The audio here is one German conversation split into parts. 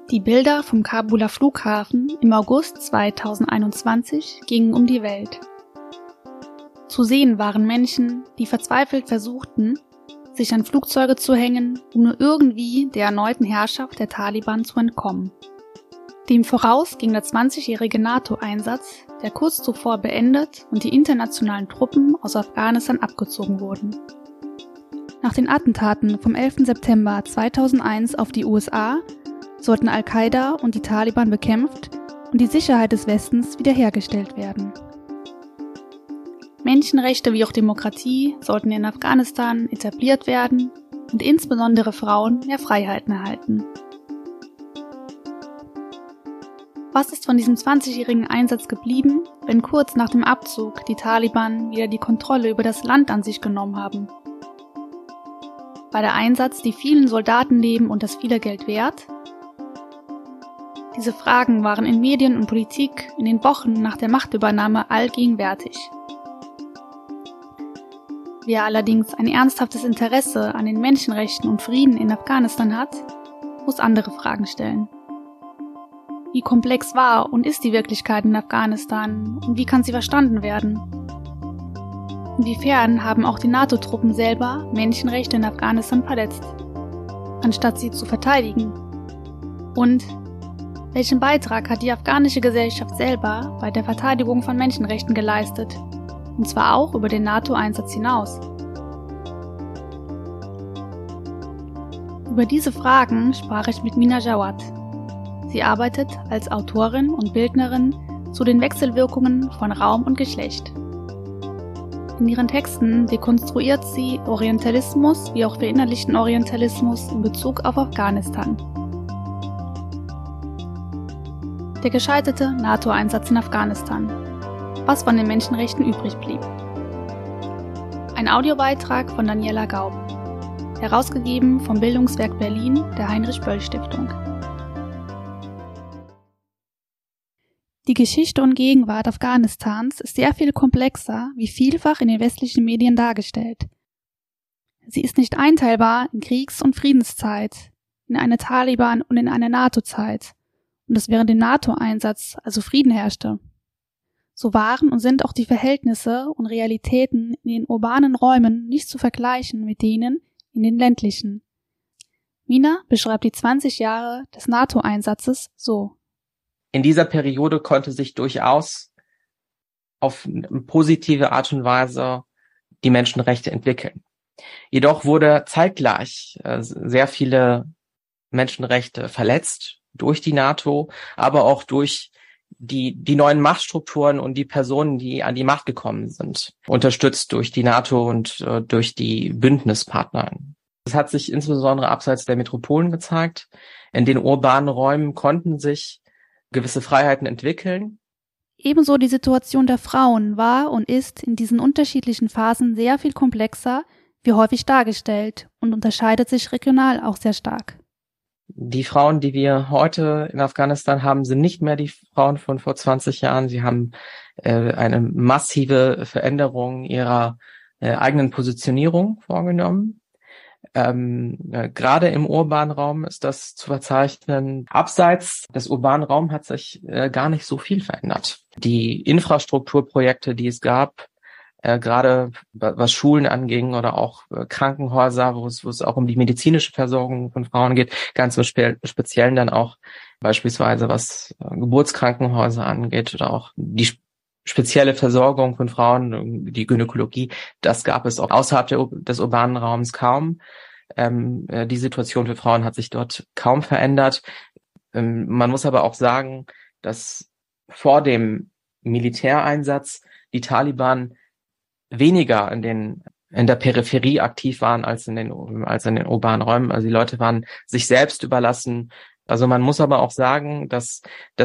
Die Bilder vom Kabuler Flughafen im August 2021 gingen um die Welt. Zu sehen waren Menschen, die verzweifelt versuchten, sich an Flugzeuge zu hängen, um nur irgendwie der erneuten Herrschaft der Taliban zu entkommen. Dem voraus ging der 20-jährige NATO-Einsatz, der kurz zuvor beendet und die internationalen Truppen aus Afghanistan abgezogen wurden. Nach den Attentaten vom 11. September 2001 auf die USA sollten Al-Qaida und die Taliban bekämpft und die Sicherheit des Westens wiederhergestellt werden. Menschenrechte wie auch Demokratie sollten in Afghanistan etabliert werden und insbesondere Frauen mehr Freiheiten erhalten. Was ist von diesem 20-jährigen Einsatz geblieben, wenn kurz nach dem Abzug die Taliban wieder die Kontrolle über das Land an sich genommen haben? War der Einsatz die vielen Soldatenleben und das viele Geld wert? Diese Fragen waren in Medien und Politik in den Wochen nach der Machtübernahme allgegenwärtig. Wer allerdings ein ernsthaftes Interesse an den Menschenrechten und Frieden in Afghanistan hat, muss andere Fragen stellen. Wie komplex war und ist die Wirklichkeit in Afghanistan und wie kann sie verstanden werden? Inwiefern haben auch die NATO-Truppen selber Menschenrechte in Afghanistan verletzt, anstatt sie zu verteidigen? Und welchen Beitrag hat die afghanische Gesellschaft selber bei der Verteidigung von Menschenrechten geleistet? Und zwar auch über den NATO-Einsatz hinaus. Über diese Fragen sprach ich mit Mina Jawad. Sie arbeitet als Autorin und Bildnerin zu den Wechselwirkungen von Raum und Geschlecht. In ihren Texten dekonstruiert sie Orientalismus wie auch verinnerlichten Orientalismus in Bezug auf Afghanistan. Der gescheiterte NATO-Einsatz in Afghanistan. Was von den Menschenrechten übrig blieb. Ein Audiobeitrag von Daniela Gaub. Herausgegeben vom Bildungswerk Berlin der Heinrich-Böll-Stiftung. Die Geschichte und Gegenwart Afghanistans ist sehr viel komplexer, wie vielfach in den westlichen Medien dargestellt. Sie ist nicht einteilbar in Kriegs- und Friedenszeit, in eine Taliban- und in eine NATO-Zeit, und es während dem NATO-Einsatz also Frieden herrschte. So waren und sind auch die Verhältnisse und Realitäten in den urbanen Räumen nicht zu vergleichen mit denen in den ländlichen. Mina beschreibt die 20 Jahre des NATO-Einsatzes so. In dieser Periode konnte sich durchaus auf eine positive Art und Weise die Menschenrechte entwickeln. Jedoch wurde zeitgleich sehr viele Menschenrechte verletzt durch die NATO, aber auch durch die neuen Machtstrukturen und die Personen, die an die Macht gekommen sind, unterstützt durch die NATO und durch die Bündnispartner. Das hat sich insbesondere abseits der Metropolen gezeigt. In den urbanen Räumen konnten sich gewisse Freiheiten entwickeln. Ebenso die Situation der Frauen war und ist in diesen unterschiedlichen Phasen sehr viel komplexer, wie häufig dargestellt, und unterscheidet sich regional auch sehr stark. Die Frauen, die wir heute in Afghanistan haben, sind nicht mehr die Frauen von vor 20 Jahren. Sie haben eine massive Veränderung ihrer eigenen Positionierung vorgenommen. Gerade im urbanen Raum ist das zu verzeichnen. Abseits des urbanen Raums hat sich gar nicht so viel verändert. Die Infrastrukturprojekte, die es gab, gerade was Schulen anging oder auch Krankenhäuser, wo es auch um die medizinische Versorgung von Frauen geht, ganz speziell dann auch beispielsweise was Geburtskrankenhäuser angeht oder auch die spezielle Versorgung von Frauen, die Gynäkologie, das gab es auch außerhalb des urbanen Raums kaum. Die Situation für Frauen hat sich dort kaum verändert. Man muss aber auch sagen, dass vor dem Militäreinsatz die Taliban weniger in der Peripherie aktiv waren als in den urbanen Räumen. Also die Leute waren sich selbst überlassen. Also man muss aber auch sagen, dass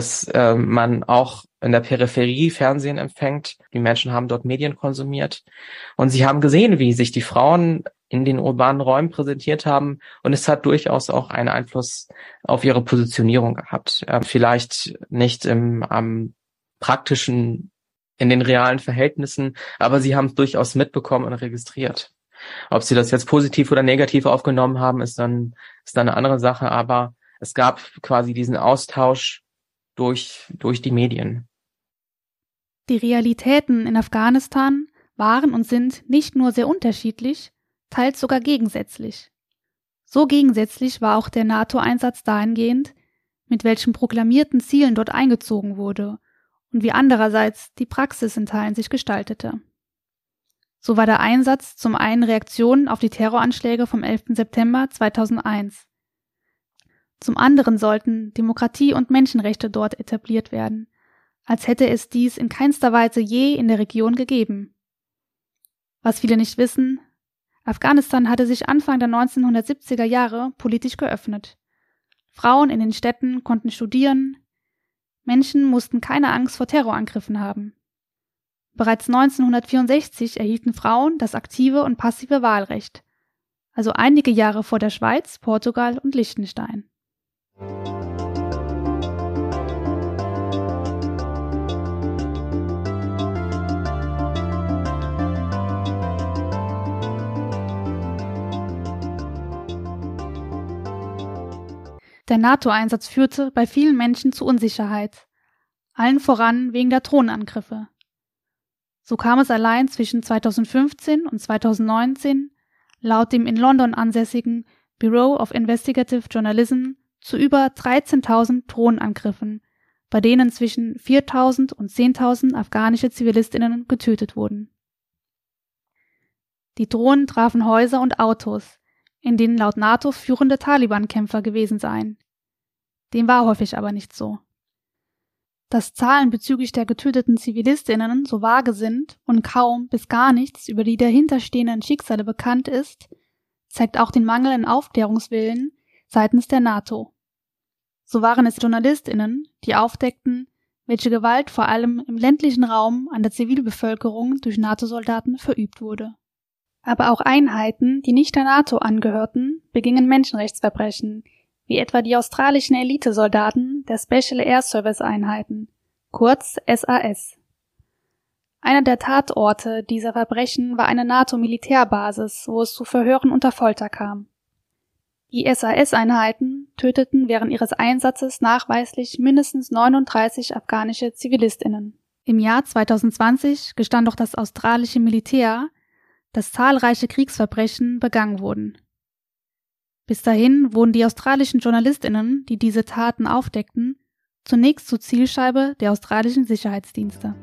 man auch in der Peripherie Fernsehen empfängt. Die Menschen haben dort Medien konsumiert und sie haben gesehen, wie sich die Frauen in den urbanen Räumen präsentiert haben, und es hat durchaus auch einen Einfluss auf ihre Positionierung gehabt. Vielleicht nicht am praktischen, in den realen Verhältnissen, aber sie haben es durchaus mitbekommen und registriert. Ob sie das jetzt positiv oder negativ aufgenommen haben, ist dann eine andere Sache, aber es gab quasi diesen Austausch durch die Medien. Die Realitäten in Afghanistan waren und sind nicht nur sehr unterschiedlich, teils sogar gegensätzlich. So gegensätzlich war auch der NATO-Einsatz dahingehend, mit welchen proklamierten Zielen dort eingezogen wurde und wie andererseits die Praxis in Teilen sich gestaltete. So war der Einsatz zum einen Reaktion auf die Terroranschläge vom 11. September 2001. Zum anderen sollten Demokratie und Menschenrechte dort etabliert werden, als hätte es dies in keinster Weise je in der Region gegeben. Was viele nicht wissen, Afghanistan hatte sich Anfang der 1970er Jahre politisch geöffnet. Frauen in den Städten konnten studieren, Menschen mussten keine Angst vor Terrorangriffen haben. Bereits 1964 erhielten Frauen das aktive und passive Wahlrecht, also einige Jahre vor der Schweiz, Portugal und Liechtenstein. Der NATO-Einsatz führte bei vielen Menschen zu Unsicherheit, allen voran wegen der Drohnenangriffe. So kam es allein zwischen 2015 und 2019 laut dem in London ansässigen Bureau of Investigative Journalism zu über 13.000 Drohnenangriffen, bei denen zwischen 4.000 und 10.000 afghanische ZivilistInnen getötet wurden. Die Drohnen trafen Häuser und Autos, in denen laut NATO führende Taliban-Kämpfer gewesen seien. Dem war häufig aber nicht so. Dass Zahlen bezüglich der getöteten ZivilistInnen so vage sind und kaum bis gar nichts über die dahinterstehenden Schicksale bekannt ist, zeigt auch den Mangel an Aufklärungswillen seitens der NATO. So waren es JournalistInnen, die aufdeckten, welche Gewalt vor allem im ländlichen Raum an der Zivilbevölkerung durch NATO-Soldaten verübt wurde. Aber auch Einheiten, die nicht der NATO angehörten, begingen Menschenrechtsverbrechen, wie etwa die australischen Elitesoldaten der Special Air Service Einheiten, kurz SAS. Einer der Tatorte dieser Verbrechen war eine NATO-Militärbasis, wo es zu Verhören unter Folter kam. Die SAS-Einheiten töteten während ihres Einsatzes nachweislich mindestens 39 afghanische ZivilistInnen. Im Jahr 2020 gestand doch das australische Militär, dass zahlreiche Kriegsverbrechen begangen wurden. Bis dahin wurden die australischen JournalistInnen, die diese Taten aufdeckten, zunächst zur Zielscheibe der australischen Sicherheitsdienste.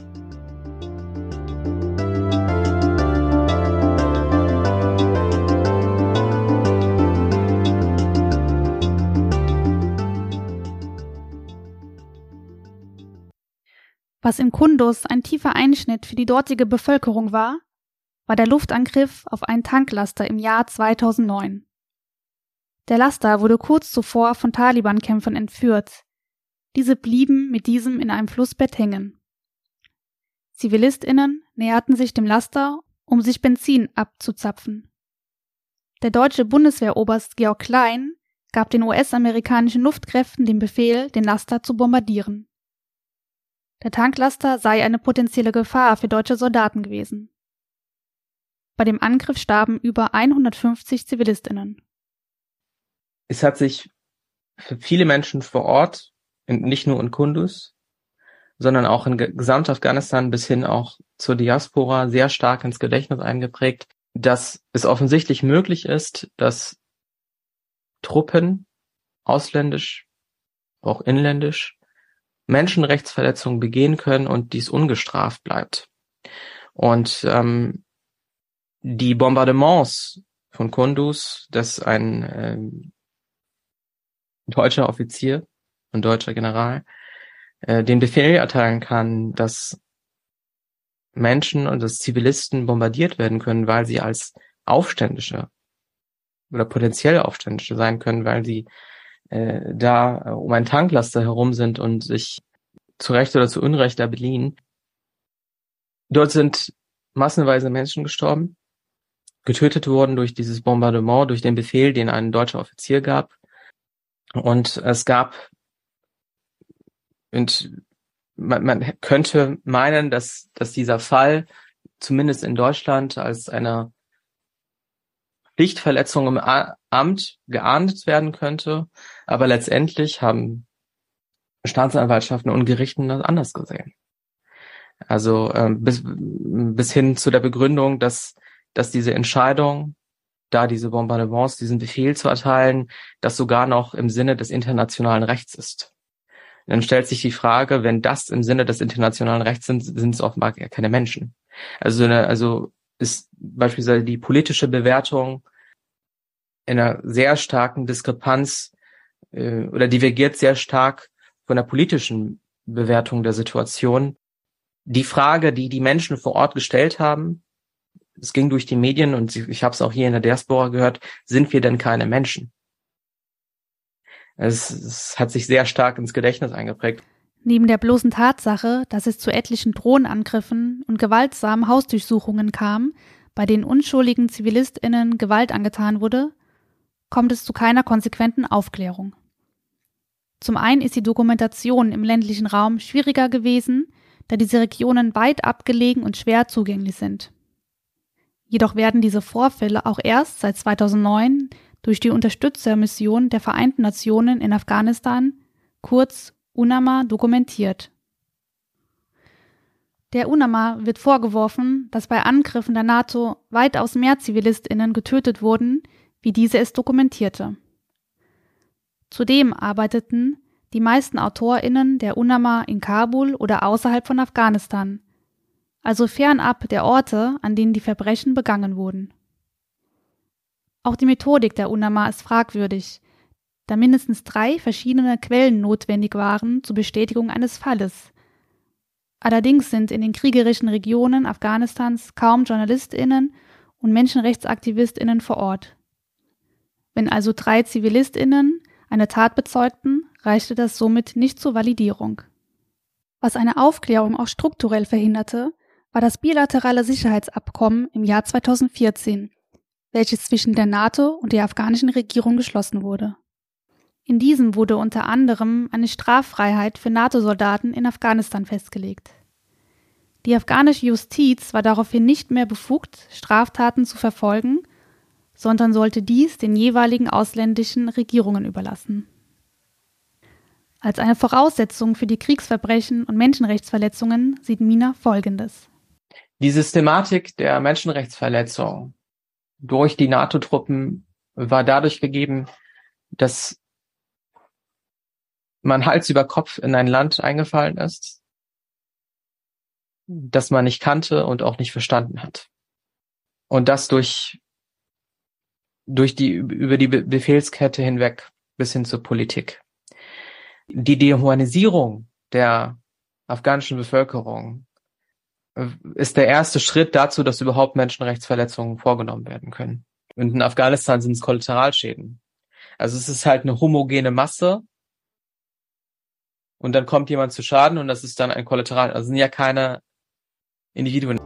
Was in Kunduz ein tiefer Einschnitt für die dortige Bevölkerung war der Luftangriff auf einen Tanklaster im Jahr 2009. Der Laster wurde kurz zuvor von Taliban-Kämpfern entführt. Diese blieben mit diesem in einem Flussbett hängen. ZivilistInnen näherten sich dem Laster, um sich Benzin abzuzapfen. Der deutsche Bundeswehroberst Georg Klein gab den US-amerikanischen Luftkräften den Befehl, den Laster zu bombardieren. Der Tanklaster sei eine potenzielle Gefahr für deutsche Soldaten gewesen. Bei dem Angriff starben über 150 ZivilistInnen. Es hat sich für viele Menschen vor Ort, nicht nur in Kunduz, sondern auch in Gesamt-Afghanistan bis hin auch zur Diaspora sehr stark ins Gedächtnis eingeprägt, dass es offensichtlich möglich ist, dass Truppen, ausländisch, auch inländisch, Menschenrechtsverletzungen begehen können und dies ungestraft bleibt. Und die Bombardements von Kunduz, dass ein deutscher Offizier und deutscher General den Befehl erteilen kann, dass Menschen und dass Zivilisten bombardiert werden können, weil sie als Aufständische oder potenziell Aufständische sein können, weil sie da um ein Tanklaster herum sind und sich zu Recht oder zu Unrecht da bedienen. Dort sind massenweise Menschen gestorben, getötet worden durch dieses Bombardement, durch den Befehl, den ein deutscher Offizier gab. Und es gab, und man könnte meinen, dass dieser Fall zumindest in Deutschland als eine Pflichtverletzung im Amt geahndet werden könnte. Aber letztendlich haben Staatsanwaltschaften und Gerichten das anders gesehen. Also bis hin zu der Begründung, dass diese Entscheidung, da diese Bombardements, diesen Befehl zu erteilen, das sogar noch im Sinne des internationalen Rechts ist. Und dann stellt sich die Frage, wenn das im Sinne des internationalen Rechts sind es offenbar keine Menschen. Also ist beispielsweise die politische Bewertung in einer sehr starken Diskrepanz oder divergiert sehr stark von der politischen Bewertung der Situation. Die Frage, die die Menschen vor Ort gestellt haben, es ging durch die Medien und ich habe es auch hier in der Diaspora gehört, sind wir denn keine Menschen? Es hat sich sehr stark ins Gedächtnis eingeprägt. Neben der bloßen Tatsache, dass es zu etlichen Drohnenangriffen und gewaltsamen Hausdurchsuchungen kam, bei denen unschuldigen ZivilistInnen Gewalt angetan wurde, kommt es zu keiner konsequenten Aufklärung. Zum einen ist die Dokumentation im ländlichen Raum schwieriger gewesen, da diese Regionen weit abgelegen und schwer zugänglich sind. Jedoch werden diese Vorfälle auch erst seit 2009 durch die Unterstützermission der Vereinten Nationen in Afghanistan, kurz UNAMA, dokumentiert. Der UNAMA wird vorgeworfen, dass bei Angriffen der NATO weitaus mehr ZivilistInnen getötet wurden, wie diese es dokumentierte. Zudem arbeiteten die meisten AutorInnen der UNAMA in Kabul oder außerhalb von Afghanistan, also fernab der Orte, an denen die Verbrechen begangen wurden. Auch die Methodik der UNAMA ist fragwürdig, da mindestens 3 verschiedene Quellen notwendig waren zur Bestätigung eines Falles. Allerdings sind in den kriegerischen Regionen Afghanistans kaum JournalistInnen und MenschenrechtsaktivistInnen vor Ort. Wenn also 3 ZivilistInnen eine Tat bezeugten, reichte das somit nicht zur Validierung. Was eine Aufklärung auch strukturell verhinderte, war das bilaterale Sicherheitsabkommen im Jahr 2014, welches zwischen der NATO und der afghanischen Regierung geschlossen wurde. In diesem wurde unter anderem eine Straffreiheit für NATO-Soldaten in Afghanistan festgelegt. Die afghanische Justiz war daraufhin nicht mehr befugt, Straftaten zu verfolgen, sondern sollte dies den jeweiligen ausländischen Regierungen überlassen. Als eine Voraussetzung für die Kriegsverbrechen und Menschenrechtsverletzungen sieht Mina Folgendes. Die Systematik der Menschenrechtsverletzung durch die NATO-Truppen war dadurch gegeben, dass man Hals über Kopf in ein Land eingefallen ist, das man nicht kannte und auch nicht verstanden hat. Und das über die Befehlskette hinweg bis hin zur Politik. Die Dehumanisierung der afghanischen Bevölkerung ist der erste Schritt dazu, dass überhaupt Menschenrechtsverletzungen vorgenommen werden können. Und in Afghanistan sind es Kollateralschäden. Also es ist halt eine homogene Masse und dann kommt jemand zu Schaden und das ist dann ein Kollateral. Also sind ja keine Individuen.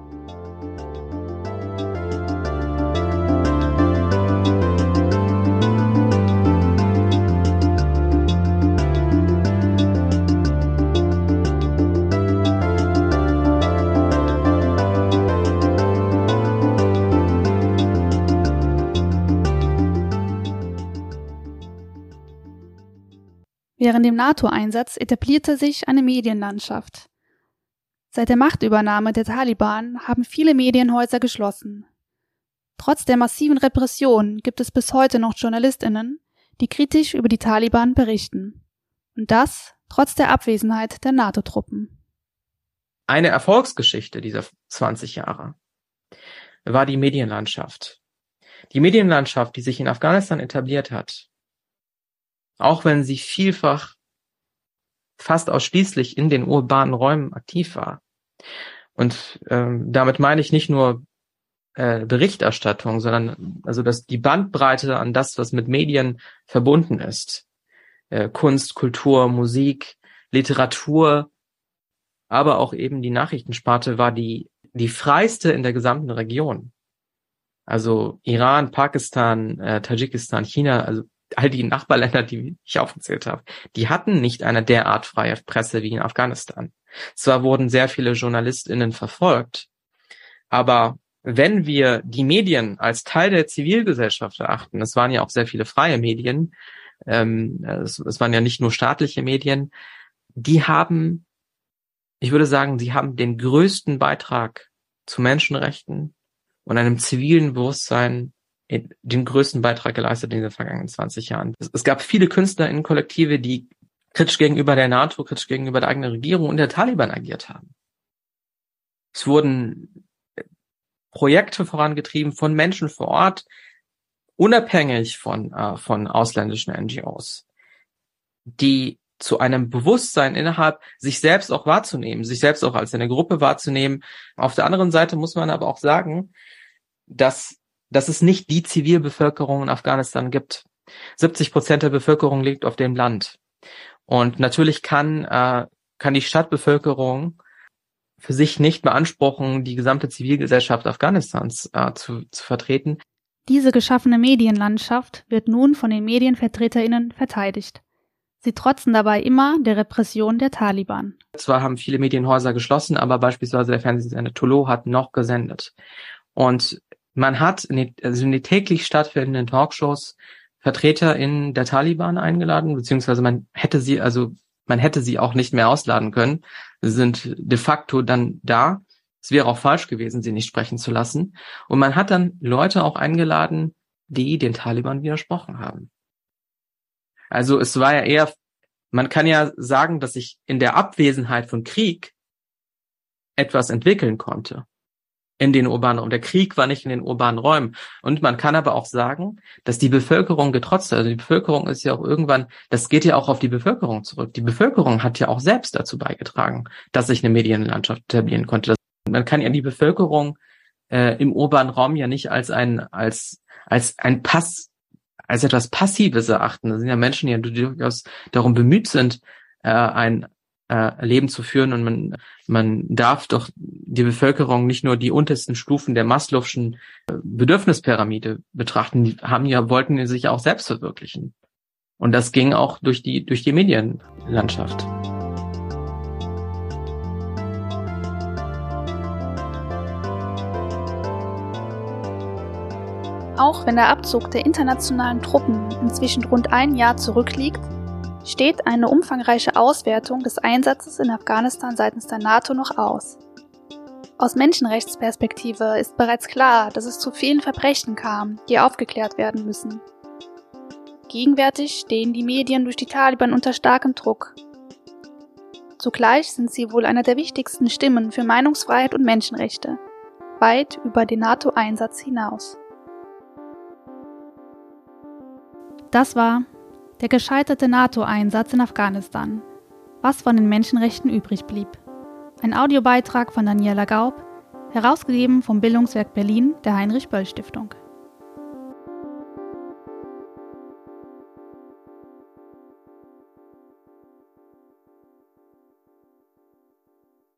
Während dem NATO-Einsatz etablierte sich eine Medienlandschaft. Seit der Machtübernahme der Taliban haben viele Medienhäuser geschlossen. Trotz der massiven Repression gibt es bis heute noch JournalistInnen, die kritisch über die Taliban berichten. Und das trotz der Abwesenheit der NATO-Truppen. Eine Erfolgsgeschichte dieser 20 Jahre war die Medienlandschaft. Die Medienlandschaft, die sich in Afghanistan etabliert hat, auch wenn sie vielfach fast ausschließlich in den urbanen Räumen aktiv war. Und damit meine ich nicht nur Berichterstattung, sondern also dass die Bandbreite an das, was mit Medien verbunden ist. Kunst, Kultur, Musik, Literatur, aber auch eben die Nachrichtensparte war die freiste in der gesamten Region. Also Iran, Pakistan, Tadschikistan, China, also all die Nachbarländer, die ich aufgezählt habe, die hatten nicht eine derart freie Presse wie in Afghanistan. Zwar wurden sehr viele JournalistInnen verfolgt, aber wenn wir die Medien als Teil der Zivilgesellschaft erachten, es waren ja auch sehr viele freie Medien, es waren ja nicht nur staatliche Medien, die haben, ich würde sagen, sie haben den größten Beitrag zu Menschenrechten und einem zivilen Bewusstsein, den größten Beitrag geleistet in den vergangenen 20 Jahren. Es gab viele KünstlerInnen-Kollektive, die kritisch gegenüber der NATO, kritisch gegenüber der eigenen Regierung und der Taliban agiert haben. Es wurden Projekte vorangetrieben von Menschen vor Ort, unabhängig von ausländischen NGOs, die zu einem Bewusstsein innerhalb sich selbst auch wahrzunehmen, sich selbst auch als eine Gruppe wahrzunehmen. Auf der anderen Seite muss man aber auch sagen, dass es nicht die Zivilbevölkerung in Afghanistan gibt. 70% der Bevölkerung lebt auf dem Land. Und natürlich kann die Stadtbevölkerung für sich nicht beanspruchen, die gesamte Zivilgesellschaft Afghanistans zu vertreten. Diese geschaffene Medienlandschaft wird nun von den MedienvertreterInnen verteidigt. Sie trotzen dabei immer der Repression der Taliban. Zwar haben viele Medienhäuser geschlossen, aber beispielsweise der Fernsehsender Tolo hat noch gesendet. Und man hat in die täglich stattfindenden Talkshows VertreterInnen der Taliban eingeladen, beziehungsweise man hätte sie auch nicht mehr ausladen können. Sie sind de facto dann da. Es wäre auch falsch gewesen, sie nicht sprechen zu lassen. Und man hat dann Leute auch eingeladen, die den Taliban widersprochen haben. Also es war ja eher, man kann ja sagen, dass sich in der Abwesenheit von Krieg etwas entwickeln konnte in den urbanen Räumen. Der Krieg war nicht in den urbanen Räumen. Und man kann aber auch sagen, dass die Bevölkerung getrotzt hat. Also die Bevölkerung ist ja auch irgendwann, das geht ja auch auf die Bevölkerung zurück. Die Bevölkerung hat ja auch selbst dazu beigetragen, dass sich eine Medienlandschaft etablieren konnte. Man kann ja die Bevölkerung im urbanen Raum ja nicht als etwas Passives erachten. Das sind ja Menschen, die durchaus darum bemüht sind, ein Leben zu führen, und man darf doch die Bevölkerung nicht nur die untersten Stufen der Maslow'schen Bedürfnispyramide betrachten. Die wollten sich auch selbst verwirklichen. Und das ging auch durch die Medienlandschaft. Auch wenn der Abzug der internationalen Truppen inzwischen rund ein Jahr zurückliegt, steht eine umfangreiche Auswertung des Einsatzes in Afghanistan seitens der NATO noch aus. Aus Menschenrechtsperspektive ist bereits klar, dass es zu vielen Verbrechen kam, die aufgeklärt werden müssen. Gegenwärtig stehen die Medien durch die Taliban unter starkem Druck. Zugleich sind sie wohl einer der wichtigsten Stimmen für Meinungsfreiheit und Menschenrechte, weit über den NATO-Einsatz hinaus. Das war der gescheiterte NATO-Einsatz in Afghanistan. Was von den Menschenrechten übrig blieb. Ein Audiobeitrag von Daniela Gaub, herausgegeben vom Bildungswerk Berlin der Heinrich-Böll-Stiftung.